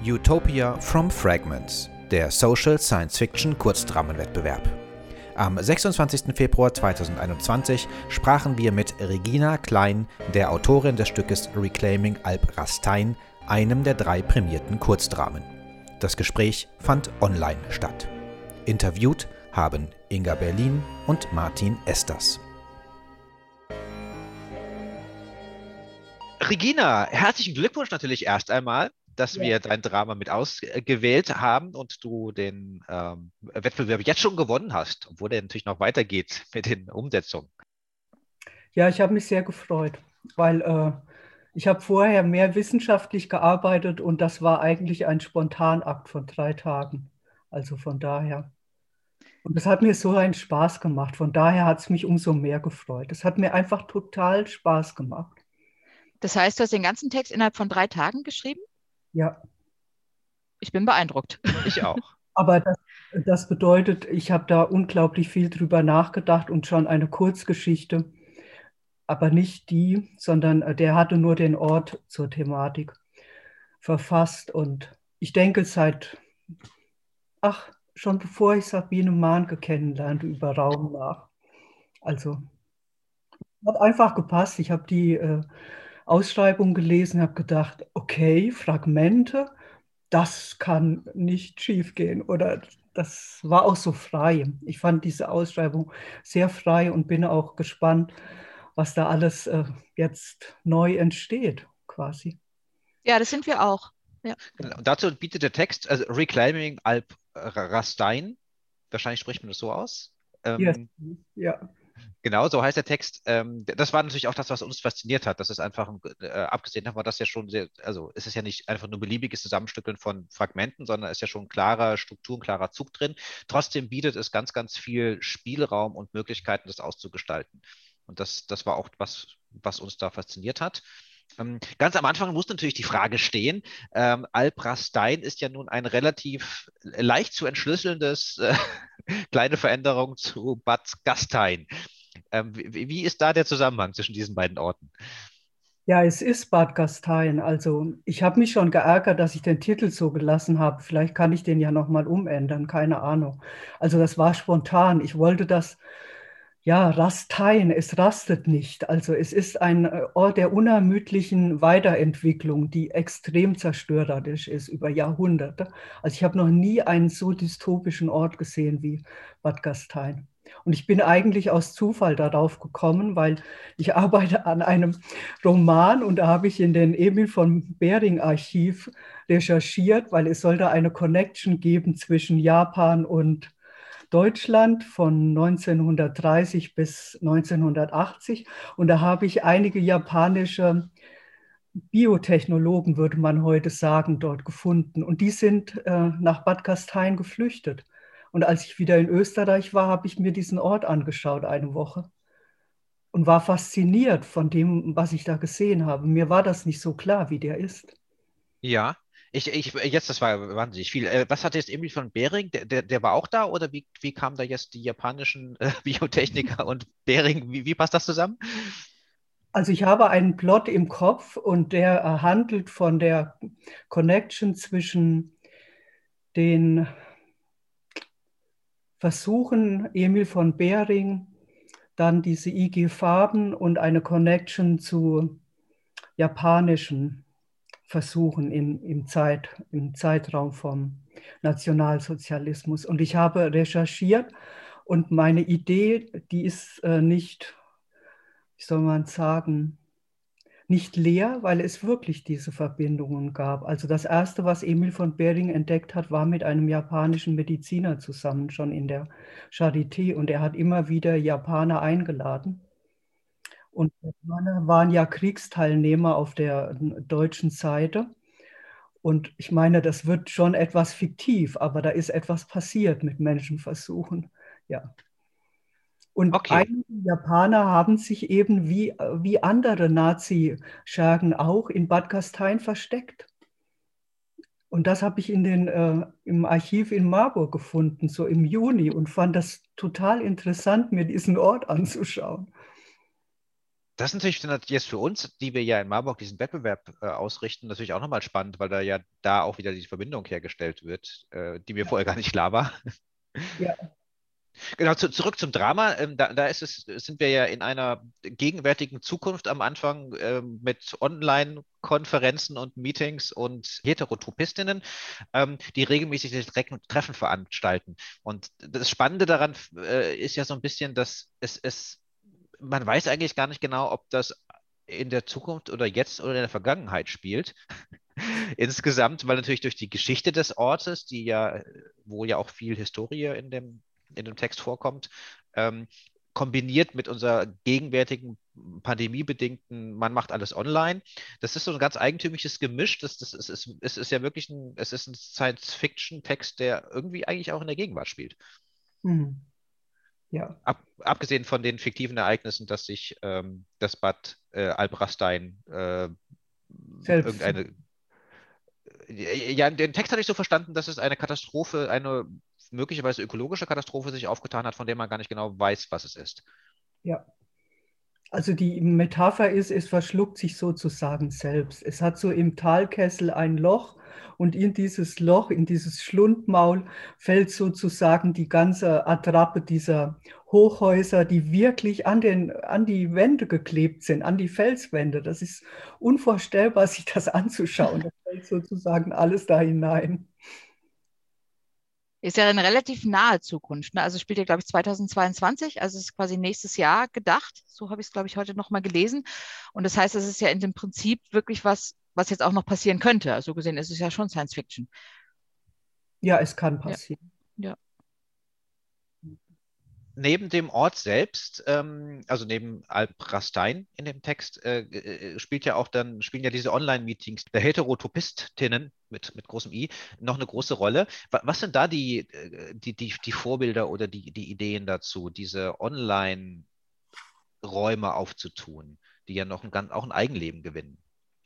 Utopia from Fragments, der Social Science Fiction Kurzdramenwettbewerb. Am 26. Februar 2021 sprachen wir mit Regina Klein, der Autorin des Stückes Reclaiming Alp Rastein, einem der 3 prämierten Kurzdramen. Das Gespräch fand online statt. Interviewt haben Inga Berlin und Martin Esters. Regina, herzlichen Glückwunsch natürlich erst einmal, dass wir dein Drama mit ausgewählt haben und du den Wettbewerb jetzt schon gewonnen hast, obwohl der natürlich noch weitergeht mit den Umsetzungen. Ja, ich habe mich sehr gefreut, weil ich habe vorher mehr wissenschaftlich gearbeitet und das war eigentlich ein Spontanakt von 3 Tagen. Also von daher. Und es hat mir so einen Spaß gemacht. Von daher hat es mich umso mehr gefreut. Es hat mir einfach total Spaß gemacht. Das heißt, du hast den ganzen Text innerhalb von 3 Tagen geschrieben? Ja. Ich bin beeindruckt. Ich auch. Aber das bedeutet, ich habe da unglaublich viel drüber nachgedacht und schon eine Kurzgeschichte, aber nicht die, sondern der hatte nur den Ort zur Thematik verfasst. Und ich denke schon bevor ich Sabine Mahnke kennenlernte, über Raum nach. Also hat einfach gepasst. Ich habe die Ausschreibung gelesen, habe gedacht, okay, Fragmente, das kann nicht schiefgehen. Oder das war auch so frei. Ich fand diese Ausschreibung sehr frei und bin auch gespannt, was da alles jetzt neu entsteht, quasi. Ja, das sind wir auch. Ja. Und dazu bietet der Text, also Reclaiming Alp Rastein, wahrscheinlich spricht man das so aus. Yes. Ja. Genau, so heißt der Text. Das war natürlich auch das, was uns fasziniert hat. Das ist einfach, abgesehen davon, das ja schon sehr, also es ist ja nicht einfach nur beliebiges Zusammenstückeln von Fragmenten, sondern es ist ja schon klarer Struktur, ein klarer Zug drin. Trotzdem bietet es ganz, ganz viel Spielraum und Möglichkeiten, das auszugestalten. Und das war auch was uns da fasziniert hat. Ganz am Anfang muss natürlich die Frage stehen, Alp Rastein ist ja nun ein relativ leicht zu entschlüsselndes kleine Veränderung zu Bad Gastein. Wie ist da der Zusammenhang zwischen diesen beiden Orten? Ja, es ist Bad Gastein. Also ich habe mich schon geärgert, dass ich den Titel so gelassen habe. Vielleicht kann ich den ja nochmal umändern, keine Ahnung. Also das war spontan. Ich wollte das, ja, Rastein, es rastet nicht. Also es ist ein Ort der unermüdlichen Weiterentwicklung, die extrem zerstörerisch ist über Jahrhunderte. Also ich habe noch nie einen so dystopischen Ort gesehen wie Bad Gastein. Und ich bin eigentlich aus Zufall darauf gekommen, weil ich arbeite an einem Roman und da habe ich in den Emil von Behring Archiv recherchiert, weil es sollte eine Connection geben zwischen Japan und Deutschland von 1930 bis 1980. Und da habe ich einige japanische Biotechnologen, würde man heute sagen, dort gefunden. Und die sind nach Bad Gastein geflüchtet. Und als ich wieder in Österreich war, habe ich mir diesen Ort angeschaut, eine Woche. Und war fasziniert von dem, was ich da gesehen habe. Mir war das nicht so klar, wie der ist. Ja, das war wahnsinnig viel. Was hat jetzt Emil von Behring? Der war auch da oder wie kamen da jetzt die japanischen Biotechniker und Behring? Wie passt das zusammen? Also ich habe einen Plot im Kopf und der handelt von der Connection zwischen den Versuchen Emil von Behring, dann diese IG Farben und eine Connection zu japanischen Versuchen im Zeitraum vom Nationalsozialismus. Und ich habe recherchiert und meine Idee, die ist nicht, wie soll man sagen, nicht leer, weil es wirklich diese Verbindungen gab. Also das Erste, was Emil von Behring entdeckt hat, war mit einem japanischen Mediziner zusammen, schon in der Charité. Und er hat immer wieder Japaner eingeladen. Und Japaner waren ja Kriegsteilnehmer auf der deutschen Seite. Und ich meine, das wird schon etwas fiktiv, aber da ist etwas passiert mit Menschenversuchen. Ja. Und Okay. einige Japaner haben sich eben wie andere Nazi-Schergen auch in Bad Gastein versteckt. Und das habe ich im Archiv in Marburg gefunden, so im Juni, und fand das total interessant, mir diesen Ort anzuschauen. Das ist natürlich dann jetzt für uns, die wir ja in Marburg diesen Wettbewerb ausrichten, natürlich auch nochmal spannend, weil da auch wieder diese Verbindung hergestellt wird, die mir vorher gar nicht klar war. Ja. Genau, zurück zum Drama. Sind wir ja in einer gegenwärtigen Zukunft am Anfang mit Online-Konferenzen und Meetings und Heterotopistinnen, die regelmäßig diese Treffen veranstalten. Und das Spannende daran ist ja so ein bisschen, dass man weiß eigentlich gar nicht genau, ob das in der Zukunft oder jetzt oder in der Vergangenheit spielt. Insgesamt, weil natürlich durch die Geschichte des Ortes, wo ja auch viel Historie in dem Text vorkommt, ähm, kombiniert mit unserer gegenwärtigen pandemiebedingten, man macht alles online. Das ist so ein ganz eigentümliches Gemisch. Es ist ja wirklich es ist ein Science-Fiction-Text, der irgendwie eigentlich auch in der Gegenwart spielt. Mhm. Ja. Abgesehen von den fiktiven Ereignissen, dass sich das Bad Albrastein Selbst. irgendeine. Ja, den Text hatte ich so verstanden, dass es eine Katastrophe, eine möglicherweise ökologische Katastrophe sich aufgetan hat, von der man gar nicht genau weiß, was es ist. Ja. Also die Metapher ist, es verschluckt sich sozusagen selbst. Es hat so im Talkessel ein Loch und in dieses Loch, in dieses Schlundmaul fällt sozusagen die ganze Attrappe dieser Hochhäuser, die wirklich an die Wände geklebt sind, an die Felswände. Das ist unvorstellbar, sich das anzuschauen. Da fällt sozusagen alles da hinein. Ist ja eine relativ nahe Zukunft. Ne? Also spielt ja, glaube ich, 2022, also es ist quasi nächstes Jahr gedacht. So habe ich es, glaube ich, heute nochmal gelesen. Und das heißt, es ist ja in dem Prinzip wirklich was jetzt auch noch passieren könnte. Also so gesehen ist es ja schon Science Fiction. Ja, es kann Ja, passieren. ja. Neben dem Ort selbst, also neben Albrastein in dem Text, spielen ja diese Online-Meetings der Heterotopistinnen mit großem I noch eine große Rolle. Was sind da die Vorbilder oder die Ideen dazu, diese Online-Räume aufzutun, die ja auch ein Eigenleben gewinnen?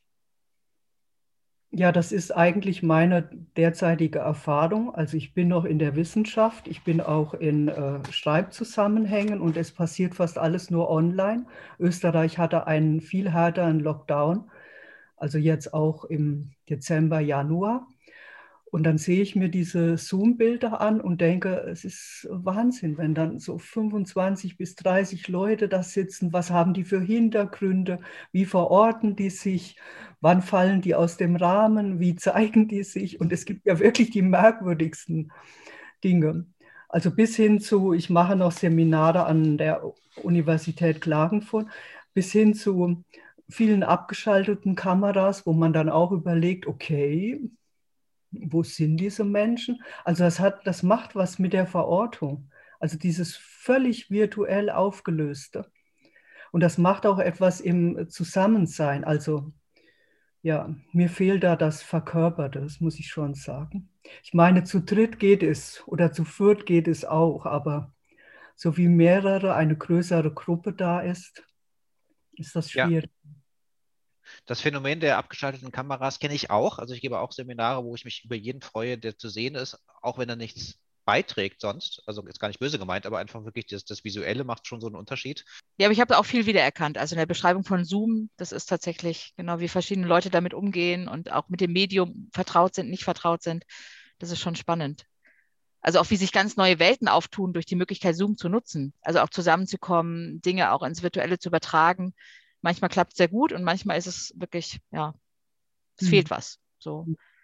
Ja, das ist eigentlich meine derzeitige Erfahrung. Also ich bin noch in der Wissenschaft, ich bin auch in Schreibzusammenhängen und es passiert fast alles nur online. Österreich hatte einen viel härteren Lockdown, also jetzt auch im Dezember, Januar. Und dann sehe ich mir diese Zoom-Bilder an und denke, es ist Wahnsinn, wenn dann so 25 bis 30 Leute da sitzen. Was haben die für Hintergründe? Wie verorten die sich? Wann fallen die aus dem Rahmen? Wie zeigen die sich? Und es gibt ja wirklich die merkwürdigsten Dinge. Also bis hin zu, ich mache noch Seminare an der Universität Klagenfurt, bis hin zu vielen abgeschalteten Kameras, wo man dann auch überlegt, okay, wo sind diese Menschen? Also das macht was mit der Verortung. Also dieses völlig virtuell aufgelöste. Und das macht auch etwas im Zusammensein. Also ja, mir fehlt da das Verkörperte, das muss ich schon sagen. Ich meine, zu dritt geht es oder zu viert geht es auch, aber so wie eine größere Gruppe da ist das Ja, schwierig. das Phänomen der abgeschalteten Kameras kenne ich auch. Also ich gebe auch Seminare, wo ich mich über jeden freue, der zu sehen ist, auch wenn er nichts beiträgt sonst. Also jetzt gar nicht böse gemeint, aber einfach wirklich das Visuelle macht schon so einen Unterschied. Ja, aber ich habe auch viel wiedererkannt. Also in der Beschreibung von Zoom, das ist tatsächlich genau, wie verschiedene Leute damit umgehen und auch mit dem Medium vertraut sind, nicht vertraut sind. Das ist schon spannend. Also auch wie sich ganz neue Welten auftun durch die Möglichkeit, Zoom zu nutzen. Also auch zusammenzukommen, Dinge auch ins Virtuelle zu übertragen. Manchmal klappt es sehr gut und manchmal ist es wirklich, ja, es fehlt was. So.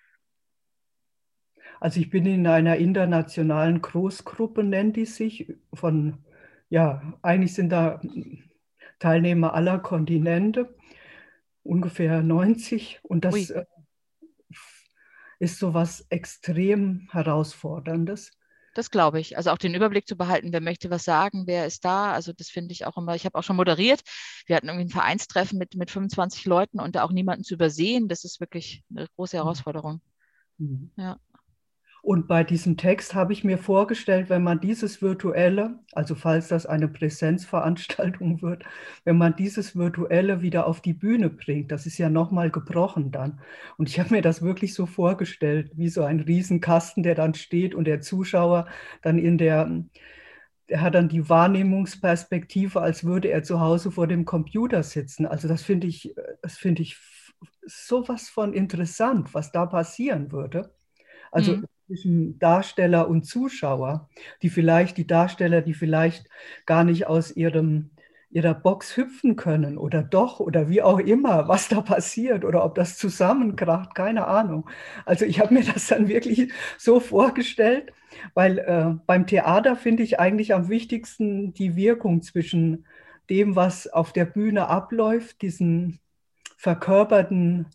Also ich bin in einer internationalen Großgruppe, nennt die sich, ja, eigentlich sind da Teilnehmer aller Kontinente, ungefähr 90. Und das Ui. ist so was extrem Herausforderndes. Das glaube ich. Also auch den Überblick zu behalten, wer möchte was sagen, wer ist da. Also das finde ich auch immer, ich habe auch schon moderiert. Wir hatten irgendwie ein Vereinstreffen mit 25 Leuten und da auch niemanden zu übersehen. Das ist wirklich eine große Herausforderung. Mhm. Ja. Und bei diesem Text habe ich mir vorgestellt, wenn man dieses Virtuelle, also falls das eine Präsenzveranstaltung wird, wenn man dieses Virtuelle wieder auf die Bühne bringt, das ist ja nochmal gebrochen dann. Und ich habe mir das wirklich so vorgestellt, wie so ein Riesenkasten, der dann steht und der Zuschauer dann in der er hat dann die Wahrnehmungsperspektive, als würde er zu Hause vor dem Computer sitzen. Also das finde ich sowas von interessant, was da passieren würde. Also zwischen Darsteller und Zuschauer, die Darsteller, die vielleicht gar nicht aus ihrer Box hüpfen können oder doch oder wie auch immer, was da passiert oder ob das zusammenkracht, keine Ahnung. Also ich habe mir das dann wirklich so vorgestellt, weil beim Theater finde ich eigentlich am wichtigsten die Wirkung zwischen dem, was auf der Bühne abläuft, verkörperten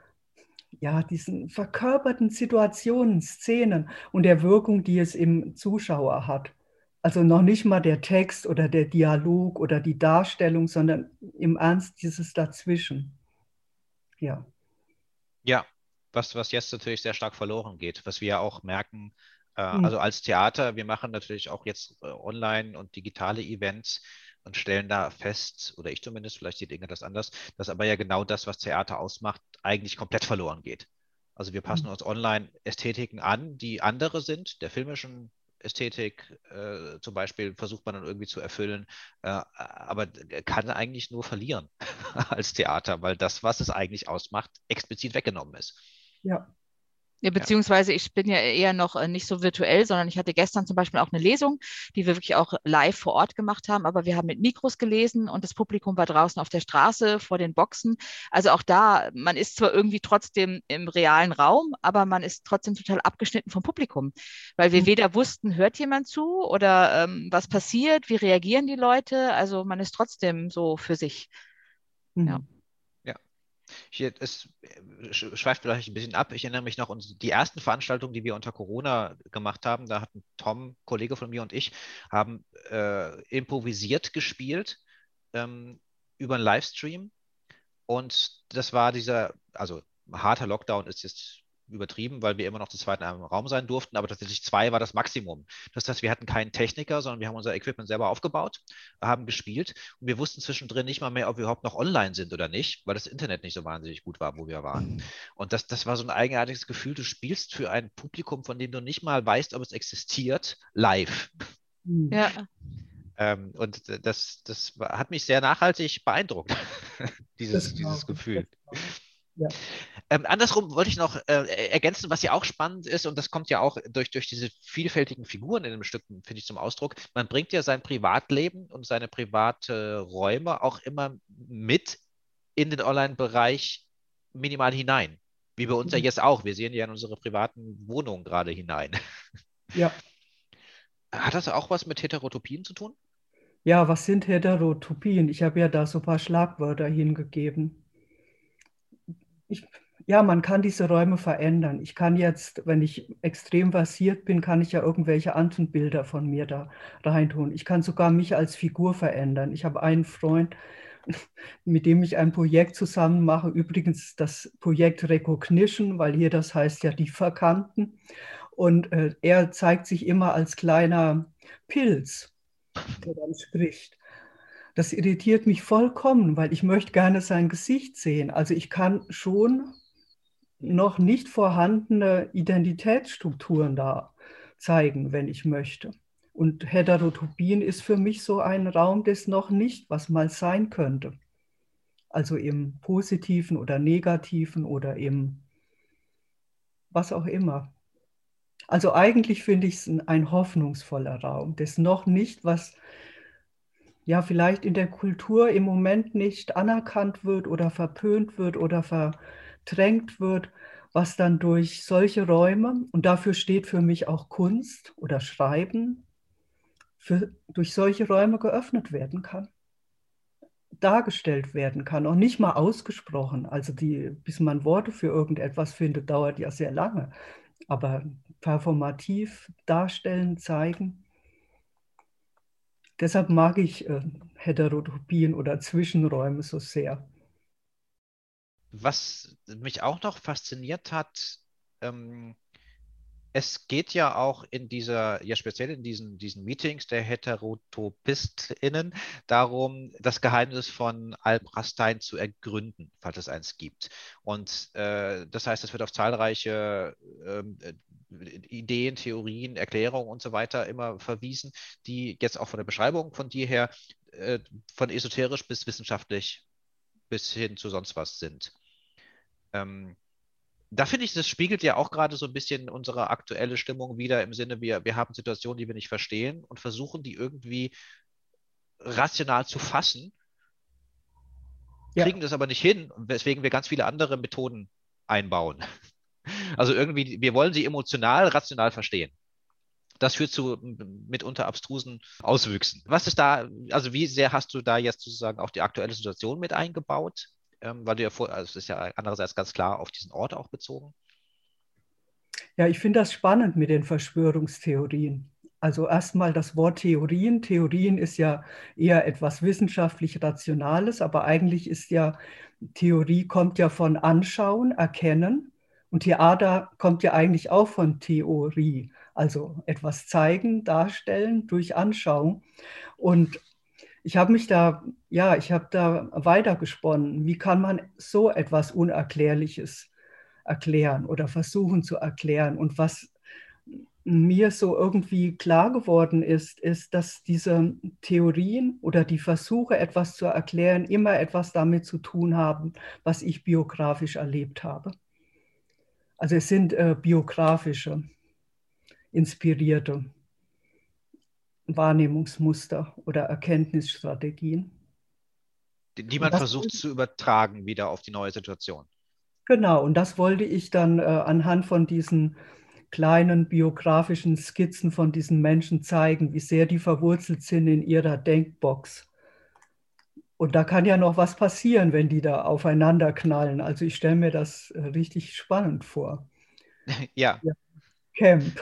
diesen verkörperten Situationen, Szenen und der Wirkung, die es im Zuschauer hat. Also noch nicht mal der Text oder der Dialog oder die Darstellung, sondern im Ernst dieses Dazwischen. Ja. Ja, was jetzt natürlich sehr stark verloren geht, was wir ja auch merken, also als Theater, wir machen natürlich auch jetzt online und digitale Events und stellen da fest, oder ich zumindest, vielleicht sieht Inge das anders, dass aber ja genau das, was Theater ausmacht, eigentlich komplett verloren geht. Also wir passen uns online Ästhetiken an, die andere sind, der filmischen Ästhetik zum Beispiel versucht man dann irgendwie zu erfüllen, aber kann eigentlich nur verlieren als Theater, weil das, was es eigentlich ausmacht, explizit weggenommen ist. Ja. Ja, beziehungsweise ich bin ja eher noch nicht so virtuell, sondern ich hatte gestern zum Beispiel auch eine Lesung, die wir wirklich auch live vor Ort gemacht haben, aber wir haben mit Mikros gelesen und das Publikum war draußen auf der Straße vor den Boxen. Also auch da, man ist zwar irgendwie trotzdem im realen Raum, aber man ist trotzdem total abgeschnitten vom Publikum, weil wir weder wussten, hört jemand zu oder was passiert, wie reagieren die Leute. Also man ist trotzdem so für sich. Ja. Hier, es schweift vielleicht ein bisschen ab. Ich erinnere mich noch an die ersten Veranstaltungen, die wir unter Corona gemacht haben. Da hatten Tom, Kollege von mir und ich, haben improvisiert gespielt über einen Livestream. Und das war also harter Lockdown ist jetzt übertrieben, weil wir immer noch zu zweit in einem Raum sein durften, aber tatsächlich 2 war das Maximum. Das heißt, wir hatten keinen Techniker, sondern wir haben unser Equipment selber aufgebaut, haben gespielt und wir wussten zwischendrin nicht mal mehr, ob wir überhaupt noch online sind oder nicht, weil das Internet nicht so wahnsinnig gut war, wo wir waren. Und das war so ein eigenartiges Gefühl, du spielst für ein Publikum, von dem du nicht mal weißt, ob es existiert, live. Ja. Und das hat mich sehr nachhaltig beeindruckt, dieses Gefühl. Ja. Andersrum wollte ich noch ergänzen, was ja auch spannend ist, und das kommt ja auch durch diese vielfältigen Figuren in dem Stück, finde ich, zum Ausdruck. Man bringt ja sein Privatleben und seine private Räume auch immer mit in den Online-Bereich minimal hinein. Wie bei uns ja jetzt auch. Wir sehen ja in unsere privaten Wohnungen gerade hinein. Ja. Hat das auch was mit Heterotopien zu tun? Ja, was sind Heterotopien? Ich habe ja da so ein paar Schlagwörter hingegeben. Man kann diese Räume verändern. Ich kann jetzt, wenn ich extrem versiert bin, kann ich ja irgendwelche anderen Bilder von mir da reintun. Ich kann sogar mich als Figur verändern. Ich habe einen Freund, mit dem ich ein Projekt zusammen mache. Übrigens das Projekt Recognition, weil hier das heißt ja die Verkannten. Und er zeigt sich immer als kleiner Pilz, der dann spricht. Das irritiert mich vollkommen, weil ich möchte gerne sein Gesicht sehen. Also ich kann schon noch nicht vorhandene Identitätsstrukturen da zeigen, wenn ich möchte. Und Heterotopien ist für mich so ein Raum des noch nicht, was mal sein könnte. Also im Positiven oder Negativen oder im was auch immer. Also eigentlich finde ich es ein hoffnungsvoller Raum, des noch nicht, was ja vielleicht in der Kultur im Moment nicht anerkannt wird oder verpönt wird oder verdrängt wird, was dann durch solche Räume, und dafür steht für mich auch Kunst oder Schreiben, durch solche Räume geöffnet werden kann, dargestellt werden kann, auch nicht mal ausgesprochen. Also bis man Worte für irgendetwas findet, dauert ja sehr lange. Aber performativ darstellen, zeigen. Deshalb mag ich Heterotopien oder Zwischenräume so sehr. Was mich auch noch fasziniert hat, es geht ja auch speziell in diesen Meetings der HeterotopistInnen darum, das Geheimnis von Alp-Rastein zu ergründen, falls es eins gibt. Und das heißt, es wird auf zahlreiche Ideen, Theorien, Erklärungen und so weiter immer verwiesen, die jetzt auch von der Beschreibung von dir her von esoterisch bis wissenschaftlich bis hin zu sonst was sind. Da finde ich, das spiegelt ja auch gerade so ein bisschen unsere aktuelle Stimmung wider im Sinne, wir haben Situationen, die wir nicht verstehen und versuchen, die irgendwie rational zu fassen, kriegen das aber nicht hin, weswegen wir ganz viele andere Methoden einbauen. Also irgendwie, wir wollen sie emotional, rational verstehen. Das führt zu mitunter abstrusen Auswüchsen. Was ist da, also wie sehr hast du da jetzt sozusagen auch die aktuelle Situation mit eingebaut? Weil du ja also es ist ja andererseits ganz klar auf diesen Ort auch bezogen. Ja, ich finde das spannend mit den Verschwörungstheorien. Also erstmal das Wort Theorien. Theorien ist ja eher etwas wissenschaftlich Rationales, aber eigentlich ist ja, Theorie kommt ja von Anschauen, Erkennen und Theater kommt ja eigentlich auch von Theorie, also etwas zeigen, darstellen durch Anschauung. Und ich habe da weitergesponnen. Wie kann man so etwas Unerklärliches erklären oder versuchen zu erklären? Und was mir so irgendwie klar geworden ist, ist, dass diese Theorien oder die Versuche, etwas zu erklären, immer etwas damit zu tun haben, was ich biografisch erlebt habe. Also es sind biografische, inspirierte Wahrnehmungsmuster oder Erkenntnisstrategien. Die Und man das, versucht zu übertragen wieder auf die neue Situation. genau, und das wollte ich dann anhand von diesen kleinen biografischen Skizzen von diesen Menschen zeigen, wie sehr die verwurzelt sind in ihrer Denkbox. Und da kann ja noch was passieren, wenn die da aufeinander knallen. Also ich stelle mir das richtig spannend vor. Ja. Ja. Camp.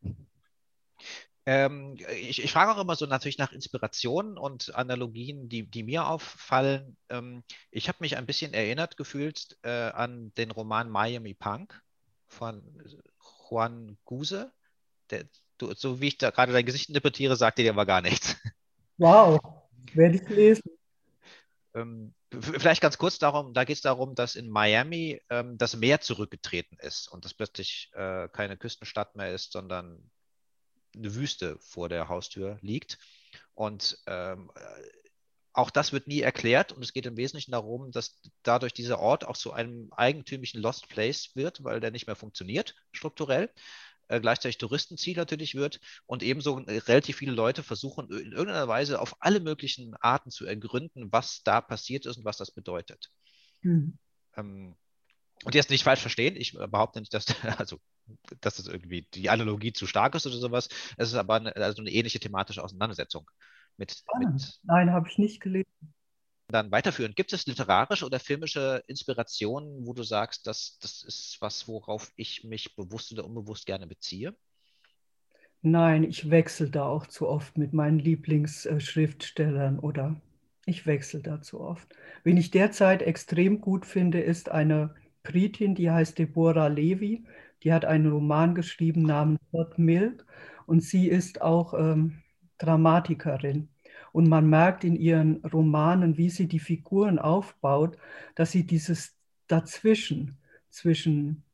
Ich frage auch immer so natürlich nach Inspirationen und Analogien, die mir auffallen. Ich habe mich ein bisschen erinnert gefühlt an den Roman Miami Punk von Juan Guse. So wie ich da gerade dein Gesicht interpretiere, sagt dir aber gar nichts. Wow, werde ich lesen. Vielleicht ganz kurz darum, da geht es darum, dass in Miami das Meer zurückgetreten ist und das plötzlich keine Küstenstadt mehr ist, sondern eine Wüste vor der Haustür liegt. Und auch das wird nie erklärt und es geht im Wesentlichen darum, dass dadurch dieser Ort auch zu einem eigentümlichen Lost Place wird, weil der nicht mehr funktioniert strukturell. Gleichzeitig Touristenziel natürlich wird und ebenso relativ viele Leute versuchen in irgendeiner Weise auf alle möglichen Arten zu ergründen, was da passiert ist und was das bedeutet. Hm. Und jetzt nicht falsch verstehen, ich behaupte nicht, dass, also, dass das irgendwie die Analogie zu stark ist oder sowas. Es ist aber eine ähnliche thematische Auseinandersetzung mit Nein, habe ich nicht gelesen. dann weiterführen. Gibt es literarische oder filmische Inspirationen, wo du sagst, das ist was, worauf ich mich bewusst oder unbewusst gerne beziehe? Nein, ich wechsle da auch zu oft mit meinen Lieblingsschriftstellern oder ich wechsle da zu oft. Wen ich derzeit extrem gut finde, ist eine Britin, die heißt Deborah Levy. Die hat einen Roman geschrieben namens Hot Milk und sie ist auch Dramatikerin. Und man merkt in ihren Romanen, wie sie die Figuren aufbaut, dass sie dieses Dazwischen, zwischen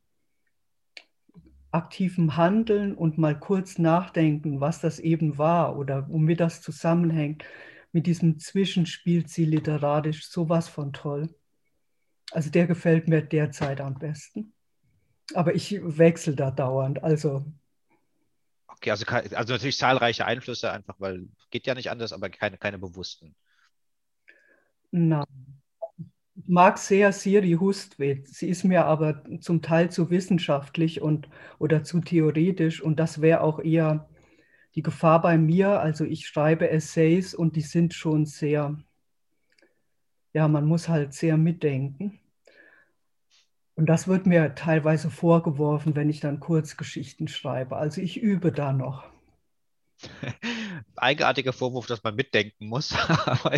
aktivem Handeln und mal kurz nachdenken, was das eben war oder womit das zusammenhängt. Mit diesem Zwischen spielt sie literarisch sowas von toll. Also der gefällt mir derzeit am besten. Aber ich wechsle da dauernd. Also Okay, also natürlich zahlreiche Einflüsse, einfach weil geht ja nicht anders, aber keine bewussten. na, ich mag sehr Siri Hustvedt. Sie ist mir aber zum Teil zu wissenschaftlich oder zu theoretisch und das wäre auch eher die Gefahr bei mir. Also ich schreibe Essays und die sind schon sehr, ja, man muss halt sehr mitdenken. Und das wird mir teilweise vorgeworfen, wenn ich dann Kurzgeschichten schreibe. Also ich übe da noch. Eigenartiger Vorwurf, dass man mitdenken muss. Aber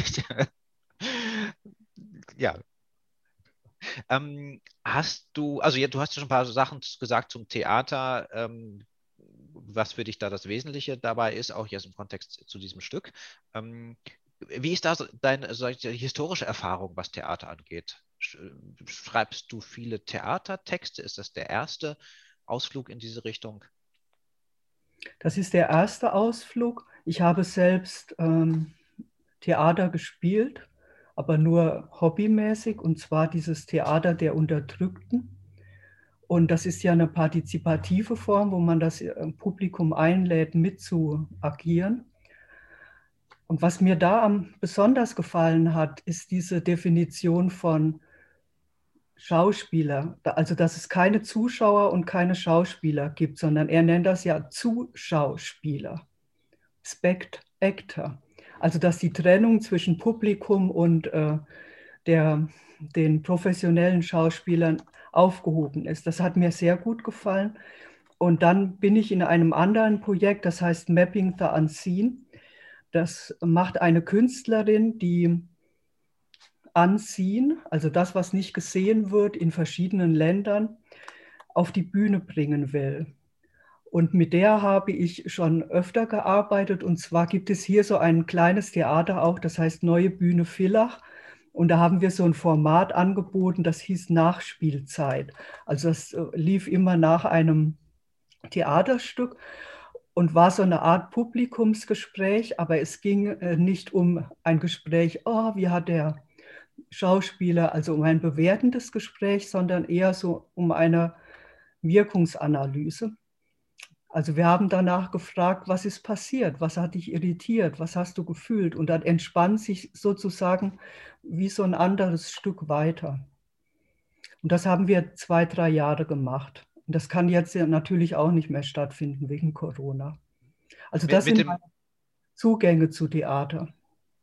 ja. Hast du, also ja, du hast ja schon ein paar Sachen gesagt zum Theater, was für dich da das Wesentliche dabei ist, auch jetzt im Kontext zu diesem Stück. Wie ist da deine historische Erfahrung, was Theater angeht? Schreibst du viele Theatertexte? Ist das der erste Ausflug in diese Richtung? Das ist der erste Ausflug. Ich habe selbst Theater gespielt, aber nur hobbymäßig, und zwar dieses Theater der Unterdrückten. Und das ist ja eine partizipative Form, wo man das Publikum einlädt, mitzuagieren. Und was mir da besonders gefallen hat, ist diese Definition von Schauspieler. Also, dass es keine Zuschauer und keine Schauspieler gibt, sondern er nennt das ja Zuschauspieler, Spect-Actor. Also, dass die Trennung zwischen Publikum und den professionellen Schauspielern aufgehoben ist. Das hat mir sehr gut gefallen. Und dann bin ich in einem anderen Projekt, das heißt Mapping the Unseen. Das macht eine Künstlerin, die Unseen, also das, was nicht gesehen wird, in verschiedenen Ländern auf die Bühne bringen will. Und mit der habe ich schon öfter gearbeitet. Und zwar gibt es hier so ein kleines Theater auch, das heißt Neue Bühne Villach. Und da haben wir so ein Format angeboten, das hieß Nachspielzeit. Also das lief immer nach einem Theaterstück und war so eine Art Publikumsgespräch, aber es ging nicht um ein Gespräch, oh, wie hat der Schauspieler, also um ein bewertendes Gespräch, sondern eher so um eine Wirkungsanalyse. Also wir haben danach gefragt, was ist passiert, was hat dich irritiert, was hast du gefühlt? Und dann entspannt sich sozusagen wie so ein anderes Stück weiter. Und das haben wir 2, 3 Jahre gemacht. Und das kann jetzt ja natürlich auch nicht mehr stattfinden wegen Corona. Also das sind meine Zugänge zu Theater.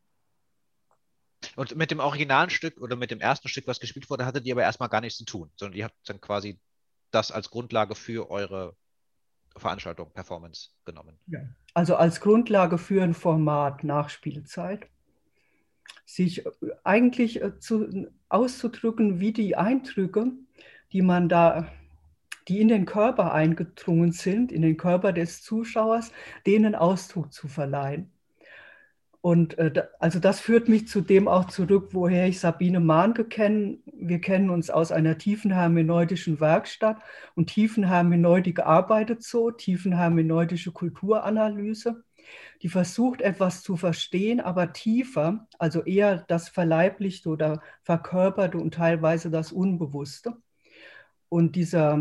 Und mit dem originalen Stück oder mit dem ersten Stück, was gespielt wurde, hattet ihr aber erstmal gar nichts zu tun, sondern ihr habt dann quasi das als Grundlage für eure Veranstaltung, Performance genommen. Ja. Also als Grundlage für ein Format Nachspielzeit, sich eigentlich auszudrücken, wie die Eindrücke, die in den Körper eingedrungen sind, in den Körper des Zuschauers, denen Ausdruck zu verleihen. Und also das führt mich zudem auch zurück, woher ich Sabine Mahnke kenne. Wir kennen uns aus einer tiefenhermeneutischen Werkstatt, und Tiefenhermeneutik arbeitet so, tiefenhermeneutische Kulturanalyse, die versucht, etwas zu verstehen, aber tiefer, also eher das Verleiblichte oder Verkörperte und teilweise das Unbewusste. Und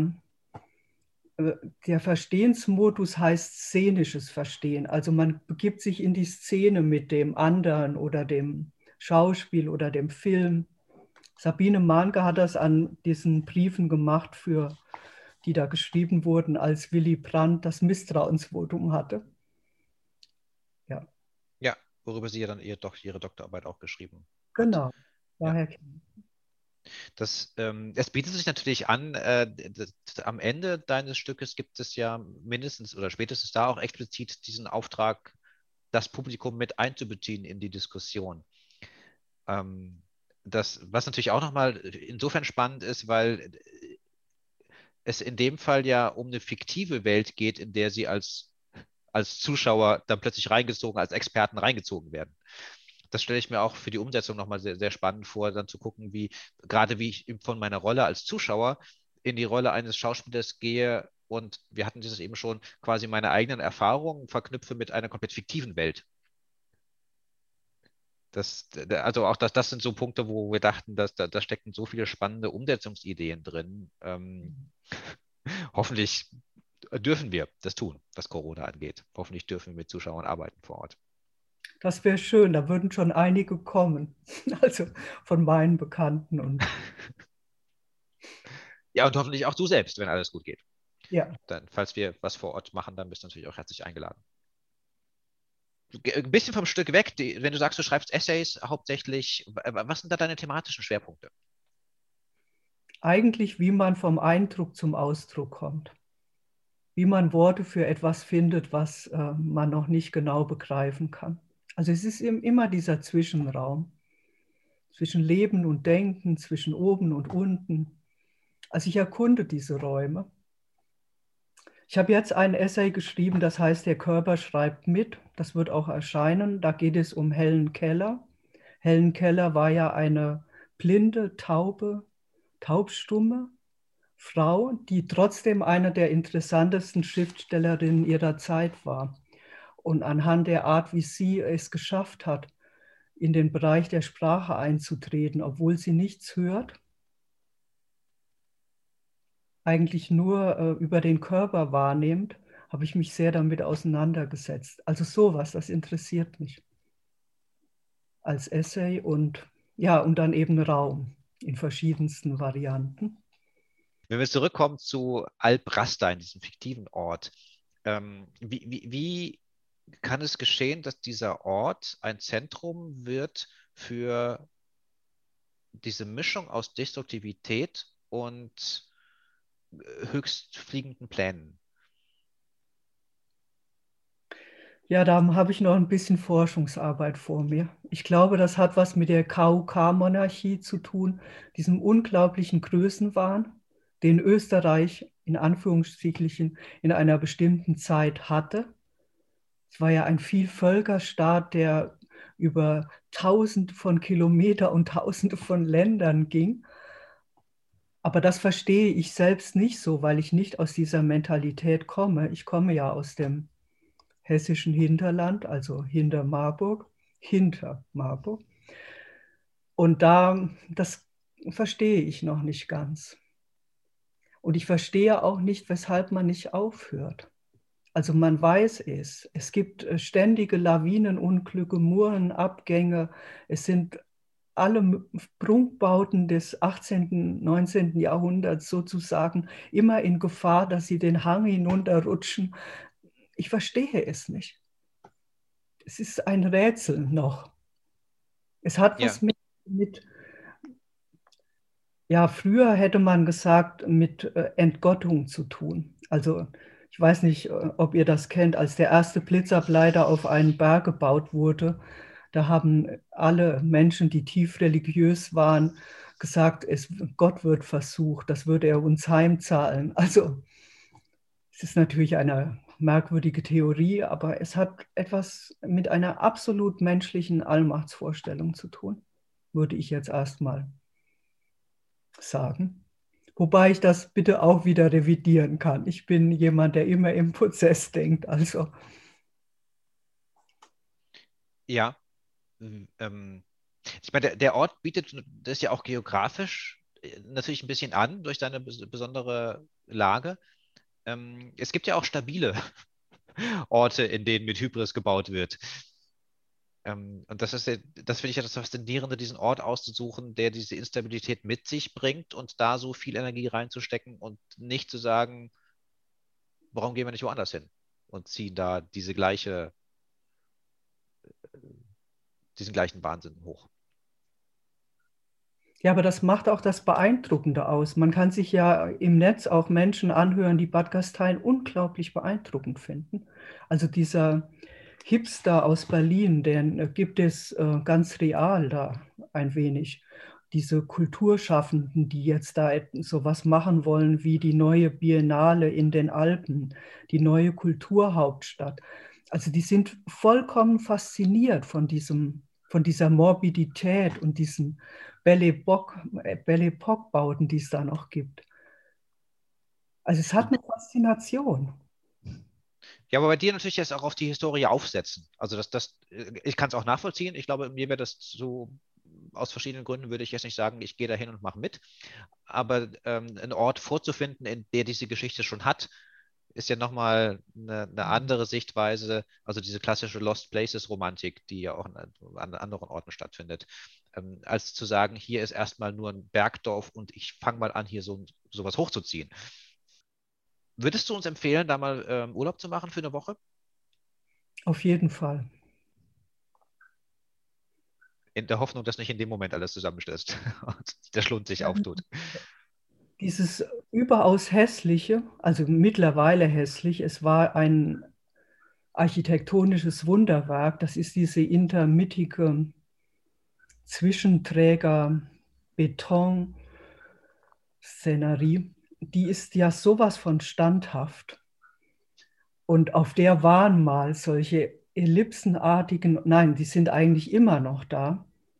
der Verstehensmodus heißt szenisches Verstehen. Also man begibt sich in die Szene mit dem anderen oder dem Schauspiel oder dem Film. Sabine Mahnke hat das an diesen Briefen gemacht, die da geschrieben wurden, als Willy Brandt das Misstrauensvotum hatte. Ja. Ja, worüber sie ja dann ihre Doktorarbeit auch geschrieben hat. Genau, daher kennen wir. Es bietet sich natürlich an, am Ende deines Stückes gibt es ja mindestens oder spätestens da auch explizit diesen Auftrag, das Publikum mit einzubeziehen in die Diskussion. Was natürlich auch nochmal insofern spannend ist, weil es in dem Fall ja um eine fiktive Welt geht, in der sie als Zuschauer dann plötzlich reingezogen, als Experten reingezogen werden. Das stelle ich mir auch für die Umsetzung nochmal sehr, sehr spannend vor, dann zu gucken, wie ich von meiner Rolle als Zuschauer in die Rolle eines Schauspielers gehe, und wir hatten dieses eben schon, quasi meine eigenen Erfahrungen verknüpfe mit einer komplett fiktiven Welt. Das sind so Punkte, wo wir dachten, dass da stecken so viele spannende Umsetzungsideen drin. Hoffentlich dürfen wir das tun, was Corona angeht. Hoffentlich dürfen wir mit Zuschauern arbeiten vor Ort. Das wäre schön, da würden schon einige kommen, also von meinen Bekannten. Ja, und hoffentlich auch du selbst, wenn alles gut geht. Ja. Dann, falls wir was vor Ort machen, dann bist du natürlich auch herzlich eingeladen. Ein bisschen vom Stück weg, wenn du sagst, du schreibst Essays hauptsächlich, was sind da deine thematischen Schwerpunkte? Eigentlich, wie man vom Eindruck zum Ausdruck kommt. Wie man Worte für etwas findet, was man noch nicht genau begreifen kann. Also es ist immer dieser Zwischenraum zwischen Leben und Denken, zwischen oben und unten. Also ich erkunde diese Räume. Ich habe jetzt ein Essay geschrieben, das heißt Der Körper schreibt mit. Das wird auch erscheinen. Da geht es um Helen Keller. Helen Keller war ja eine blinde, taubstumme Frau, die trotzdem eine der interessantesten Schriftstellerinnen ihrer Zeit war. Und anhand der Art, wie sie es geschafft hat, in den Bereich der Sprache einzutreten, obwohl sie nichts hört, eigentlich nur über den Körper wahrnimmt, habe ich mich sehr damit auseinandergesetzt. Also sowas, das interessiert mich als Essay und ja, und dann eben Raum in verschiedensten Varianten. Wenn wir zurückkommen zu Albrastein, diesem fiktiven Ort, wie kann es geschehen, dass dieser Ort ein Zentrum wird für diese Mischung aus Destruktivität und höchst fliegenden Plänen? Ja, da habe ich noch ein bisschen Forschungsarbeit vor mir. Ich glaube, das hat was mit der KUK-Monarchie zu tun, diesem unglaublichen Größenwahn, den Österreich in Anführungsstrichen in einer bestimmten Zeit hatte. Es war ja ein Vielvölkerstaat, der über Tausende von Kilometern und Tausende von Ländern ging. Aber das verstehe ich selbst nicht so, weil ich nicht aus dieser Mentalität komme. Ich komme ja aus dem hessischen Hinterland, also hinter Marburg. Und das verstehe ich noch nicht ganz. Und ich verstehe auch nicht, weshalb man nicht aufhört. Also man weiß es. Es gibt ständige Lawinenunglücke, Murenabgänge. Es sind alle Prunkbauten des 18., 19. Jahrhunderts sozusagen immer in Gefahr, dass sie den Hang hinunterrutschen. Ich verstehe es nicht. Es ist ein Rätsel noch. Es hat was mit ja, früher hätte man gesagt, mit Entgottung zu tun. Also ich weiß nicht, ob ihr das kennt, als der erste Blitzableiter auf einen Berg gebaut wurde, da haben alle Menschen, die tief religiös waren, gesagt, Gott wird versucht, das würde er uns heimzahlen. Also es ist natürlich eine merkwürdige Theorie, aber es hat etwas mit einer absolut menschlichen Allmachtsvorstellung zu tun, würde ich jetzt erstmal sagen. Wobei ich das bitte auch wieder revidieren kann. Ich bin jemand, der immer im Prozess denkt. Also. Ja, ich meine, der Ort bietet das ja auch geografisch natürlich ein bisschen an durch seine besondere Lage. Es gibt ja auch stabile Orte, in denen mit Hybris gebaut wird. Und das finde ich ja das Faszinierende, diesen Ort auszusuchen, der diese Instabilität mit sich bringt und da so viel Energie reinzustecken und nicht zu sagen, warum gehen wir nicht woanders hin und ziehen da diesen gleichen Wahnsinn hoch. Ja, aber das macht auch das Beeindruckende aus. Man kann sich ja im Netz auch Menschen anhören, die Bad Gastein unglaublich beeindruckend finden. Also dieser Hipster aus Berlin, den gibt es ganz real da ein wenig. Diese Kulturschaffenden, die jetzt da sowas machen wollen wie die neue Biennale in den Alpen, die neue Kulturhauptstadt. Also die sind vollkommen fasziniert von dieser Morbidität und diesen Belle Epoque-Bauten, die es da noch gibt. Also es hat eine Faszination. Ja, aber bei dir natürlich jetzt auch auf die Historie aufsetzen. Also ich kann es auch nachvollziehen. Ich glaube, mir wäre das so, aus verschiedenen Gründen würde ich jetzt nicht sagen, ich gehe da hin und mache mit. Aber einen Ort vorzufinden, in der diese Geschichte schon hat, ist ja nochmal eine andere Sichtweise, also diese klassische Lost Places-Romantik, die ja auch an anderen Orten stattfindet, als zu sagen, hier ist erstmal nur ein Bergdorf und ich fange mal an, hier sowas hochzuziehen. Würdest du uns empfehlen, da mal Urlaub zu machen für eine Woche? Auf jeden Fall. In der Hoffnung, dass nicht in dem Moment alles zusammenstößt und der Schlund sich auftut. Dieses überaus hässliche, also mittlerweile hässlich, es war ein architektonisches Wunderwerk, das ist diese intermittige Zwischenträger Beton-Szenerie, die ist ja sowas von standhaft. Und auf der waren mal solche ellipsenartigen, nein, die sind eigentlich immer noch da,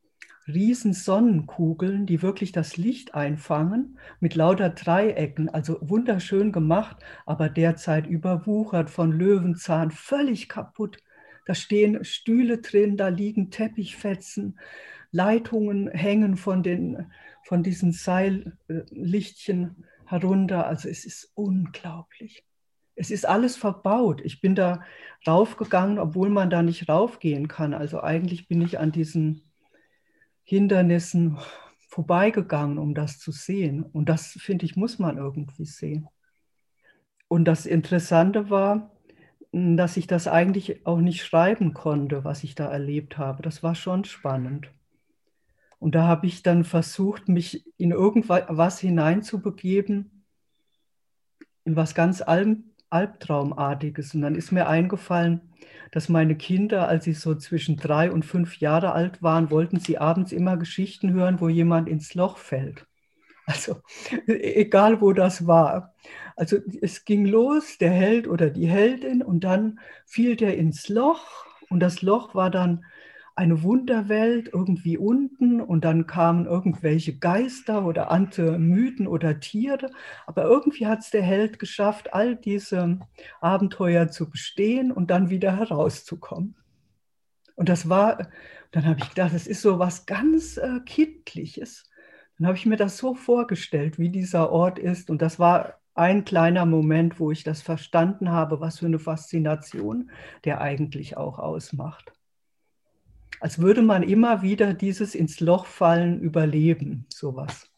riesen Sonnenkugeln, die wirklich das Licht einfangen, mit lauter Dreiecken, also wunderschön gemacht, aber derzeit überwuchert von Löwenzahn, völlig kaputt. Da stehen Stühle drin, da liegen Teppichfetzen, Leitungen hängen von diesen Seillichtchen herunter. Also es ist unglaublich. Es ist alles verbaut. Ich bin da raufgegangen, obwohl man da nicht raufgehen kann. Also eigentlich bin ich an diesen Hindernissen vorbeigegangen, um das zu sehen. Und das, finde ich, muss man irgendwie sehen. Und das Interessante war, dass ich das eigentlich auch nicht schreiben konnte, was ich da erlebt habe. Das war schon spannend. Und da habe ich dann versucht, mich in irgendwas hineinzubegeben, in was ganz Albtraumartiges. Und dann ist mir eingefallen, dass meine Kinder, als sie so zwischen 3 und 5 Jahre alt waren, wollten sie abends immer Geschichten hören, wo jemand ins Loch fällt. Also egal, wo das war. Also es ging los, der Held oder die Heldin, und dann fiel der ins Loch und das Loch war dann eine Wunderwelt irgendwie unten und dann kamen irgendwelche Geister oder andere Mythen oder Tiere. Aber irgendwie hat es der Held geschafft, all diese Abenteuer zu bestehen und dann wieder herauszukommen. Und das war, dann habe ich gedacht, das ist so was ganz Kindliches. Dann habe ich mir das so vorgestellt, wie dieser Ort ist. Und das war ein kleiner Moment, wo ich das verstanden habe, was für eine Faszination der eigentlich auch ausmacht. Als würde man immer wieder dieses ins Loch fallen überleben, sowas.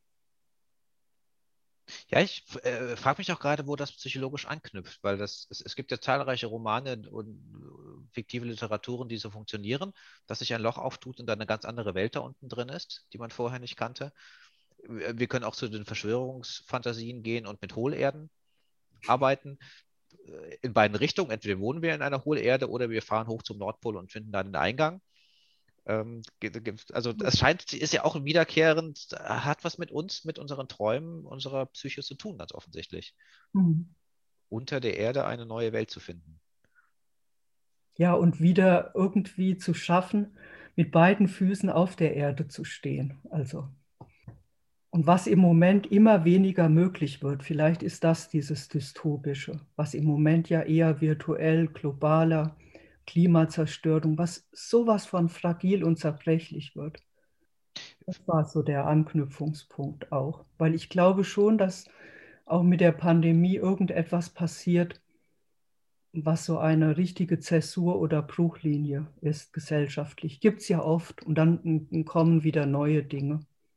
Ja, ich frage mich auch gerade, wo das psychologisch anknüpft, weil es gibt ja zahlreiche Romane und fiktive Literaturen, die so funktionieren, dass sich ein Loch auftut und dann eine ganz andere Welt da unten drin ist, die man vorher nicht kannte. Wir können auch zu den Verschwörungsfantasien gehen und mit Hohlerden arbeiten. In beiden Richtungen. Entweder wohnen wir in einer Hohlerde oder wir fahren hoch zum Nordpol und finden dann den Eingang. Also es scheint, ist ja auch wiederkehrend, hat was mit uns, mit unseren Träumen, unserer Psyche zu tun, ganz offensichtlich. Unter der Erde eine neue Welt zu finden. Ja, und wieder irgendwie zu schaffen, mit beiden Füßen auf der Erde zu stehen. Also. Und was im Moment immer weniger möglich wird, vielleicht ist das dieses Dystopische, was im Moment ja eher virtuell, globaler, Klimazerstörung, was sowas von fragil und zerbrechlich wird. Das war so der Anknüpfungspunkt auch, weil ich glaube schon, dass auch mit der Pandemie irgendetwas passiert, was so eine richtige Zäsur oder Bruchlinie ist gesellschaftlich. Gibt es ja oft und dann kommen wieder neue Dinge.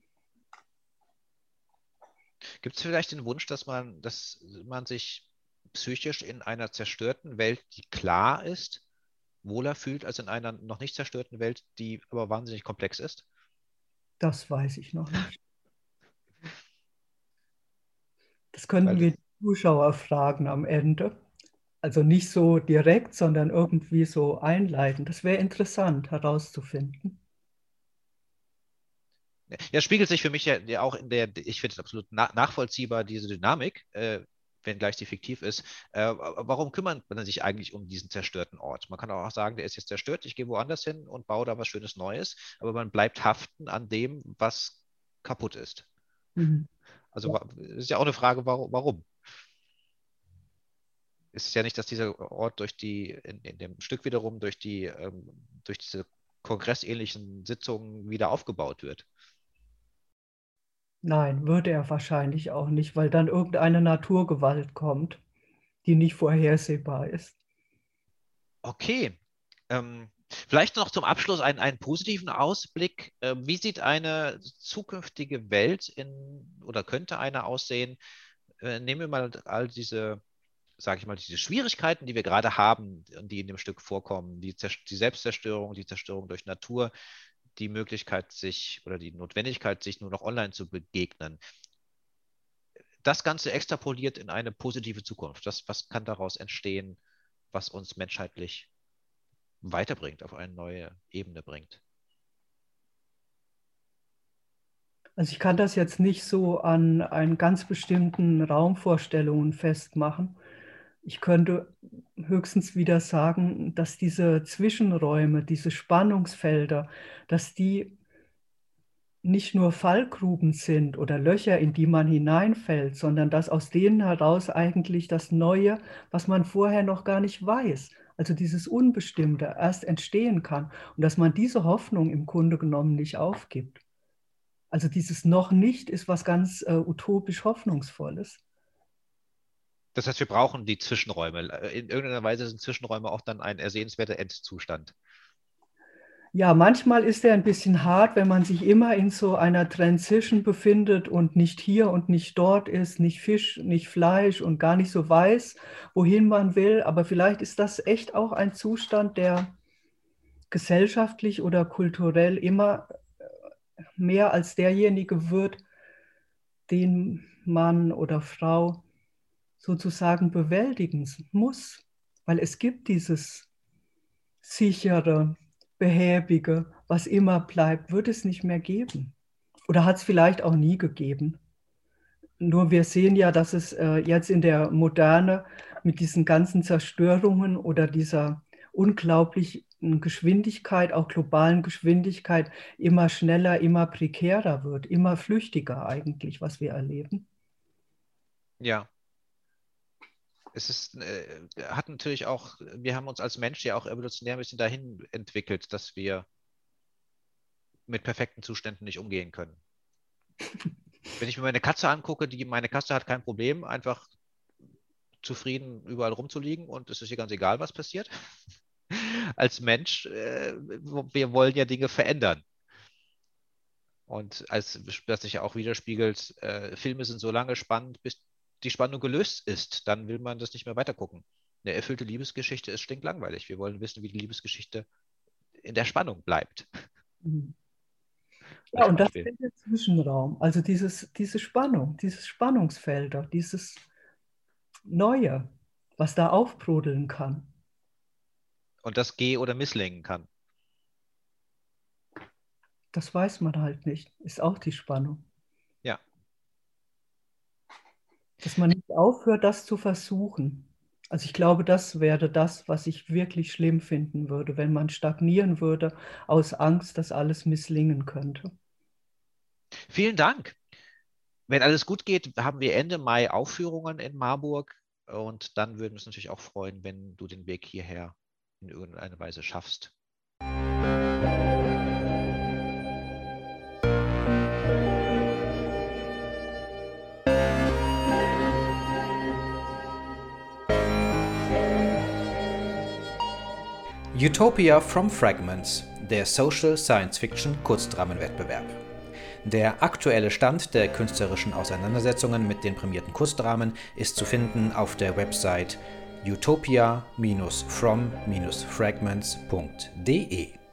Gibt es vielleicht den Wunsch, dass man sich psychisch in einer zerstörten Welt, die klar ist, wohler fühlt als in einer noch nicht zerstörten Welt, die aber wahnsinnig komplex ist? Das weiß ich noch nicht. Das könnten wir die Zuschauer fragen am Ende. Also nicht so direkt, sondern irgendwie so einleiten. Das wäre interessant herauszufinden. Ja, spiegelt sich für mich ja auch in der, ich finde es absolut nachvollziehbar, diese Dynamik, wenngleich sie fiktiv ist. Warum kümmert man sich eigentlich um diesen zerstörten Ort? Man kann auch sagen, der ist jetzt zerstört, ich gehe woanders hin und baue da was Schönes Neues, aber man bleibt haften an dem, was kaputt ist. Also Ja. ist ja auch eine Frage, warum? Es ist ja nicht, dass dieser Ort in dem Stück wiederum durch diese kongressähnlichen Sitzungen wieder aufgebaut wird. Nein, würde er wahrscheinlich auch nicht, weil dann irgendeine Naturgewalt kommt, die nicht vorhersehbar ist. Okay. Vielleicht noch zum Abschluss einen positiven Ausblick. Wie sieht eine zukünftige Welt oder könnte eine aussehen? Nehmen wir mal all diese, sage ich mal, diese Schwierigkeiten, die wir gerade haben, die in dem Stück vorkommen, die Selbstzerstörung, die Zerstörung durch Natur, die Möglichkeit oder die Notwendigkeit, sich nur noch online zu begegnen. Das Ganze extrapoliert in eine positive Zukunft. Was kann daraus entstehen, was uns menschheitlich weiterbringt, auf eine neue Ebene bringt? Also ich kann das jetzt nicht so an einen ganz bestimmten Raumvorstellungen festmachen. Ich könnte höchstens wieder sagen, dass diese Zwischenräume, diese Spannungsfelder, dass die nicht nur Fallgruben sind oder Löcher, in die man hineinfällt, sondern dass aus denen heraus eigentlich das Neue, was man vorher noch gar nicht weiß, also dieses Unbestimmte, erst entstehen kann und dass man diese Hoffnung im Grunde genommen nicht aufgibt. Also dieses noch nicht ist was ganz utopisch Hoffnungsvolles. Das heißt, wir brauchen die Zwischenräume. In irgendeiner Weise sind Zwischenräume auch dann ein ersehenswerter Endzustand. Ja, manchmal ist er ein bisschen hart, wenn man sich immer in so einer Transition befindet und nicht hier und nicht dort ist, nicht Fisch, nicht Fleisch und gar nicht so weiß, wohin man will. Aber vielleicht ist das echt auch ein Zustand, der gesellschaftlich oder kulturell immer mehr als derjenige wird, den Mann oder Frau sozusagen bewältigen muss. Weil es gibt dieses sichere, behäbige, was immer bleibt, wird es nicht mehr geben. Oder hat es vielleicht auch nie gegeben. Nur wir sehen ja, dass es jetzt in der Moderne mit diesen ganzen Zerstörungen oder dieser unglaublichen Geschwindigkeit, auch globalen Geschwindigkeit, immer schneller, immer prekärer wird, immer flüchtiger eigentlich, was wir erleben. Ja. Es ist, hat natürlich auch, wir haben uns als Mensch ja auch evolutionär ein bisschen dahin entwickelt, dass wir mit perfekten Zuständen nicht umgehen können. Wenn ich mir meine Katze angucke, meine Katze hat kein Problem, einfach zufrieden überall rumzuliegen und es ist ihr ganz egal, was passiert. Als Mensch, wir wollen ja Dinge verändern. Und das sich ja auch widerspiegelt, Filme sind so lange spannend, bis die Spannung gelöst ist. Dann will man das nicht mehr weitergucken. Eine erfüllte Liebesgeschichte ist stinklangweilig. Wir wollen wissen, wie die Liebesgeschichte in der Spannung bleibt. Ja, und das ist der Zwischenraum. Also diese Spannung, dieses Spannungsfelder, dieses Neue, was da aufbrodeln kann. Und das oder misslingen kann. Das weiß man halt nicht. Ist auch die Spannung. Ja. Dass man nicht aufhört, das zu versuchen. Also ich glaube, das wäre das, was ich wirklich schlimm finden würde, wenn man stagnieren würde aus Angst, dass alles misslingen könnte. Vielen Dank. Wenn alles gut geht, haben wir Ende Mai Aufführungen in Marburg und dann würden wir uns natürlich auch freuen, wenn du den Weg hierher in irgendeiner Weise schaffst. Utopia from Fragments, der Social Science Fiction Kurzdramenwettbewerb. Der aktuelle Stand der künstlerischen Auseinandersetzungen mit den prämierten Kurzdramen ist zu finden auf der Website utopia-from-fragments.de.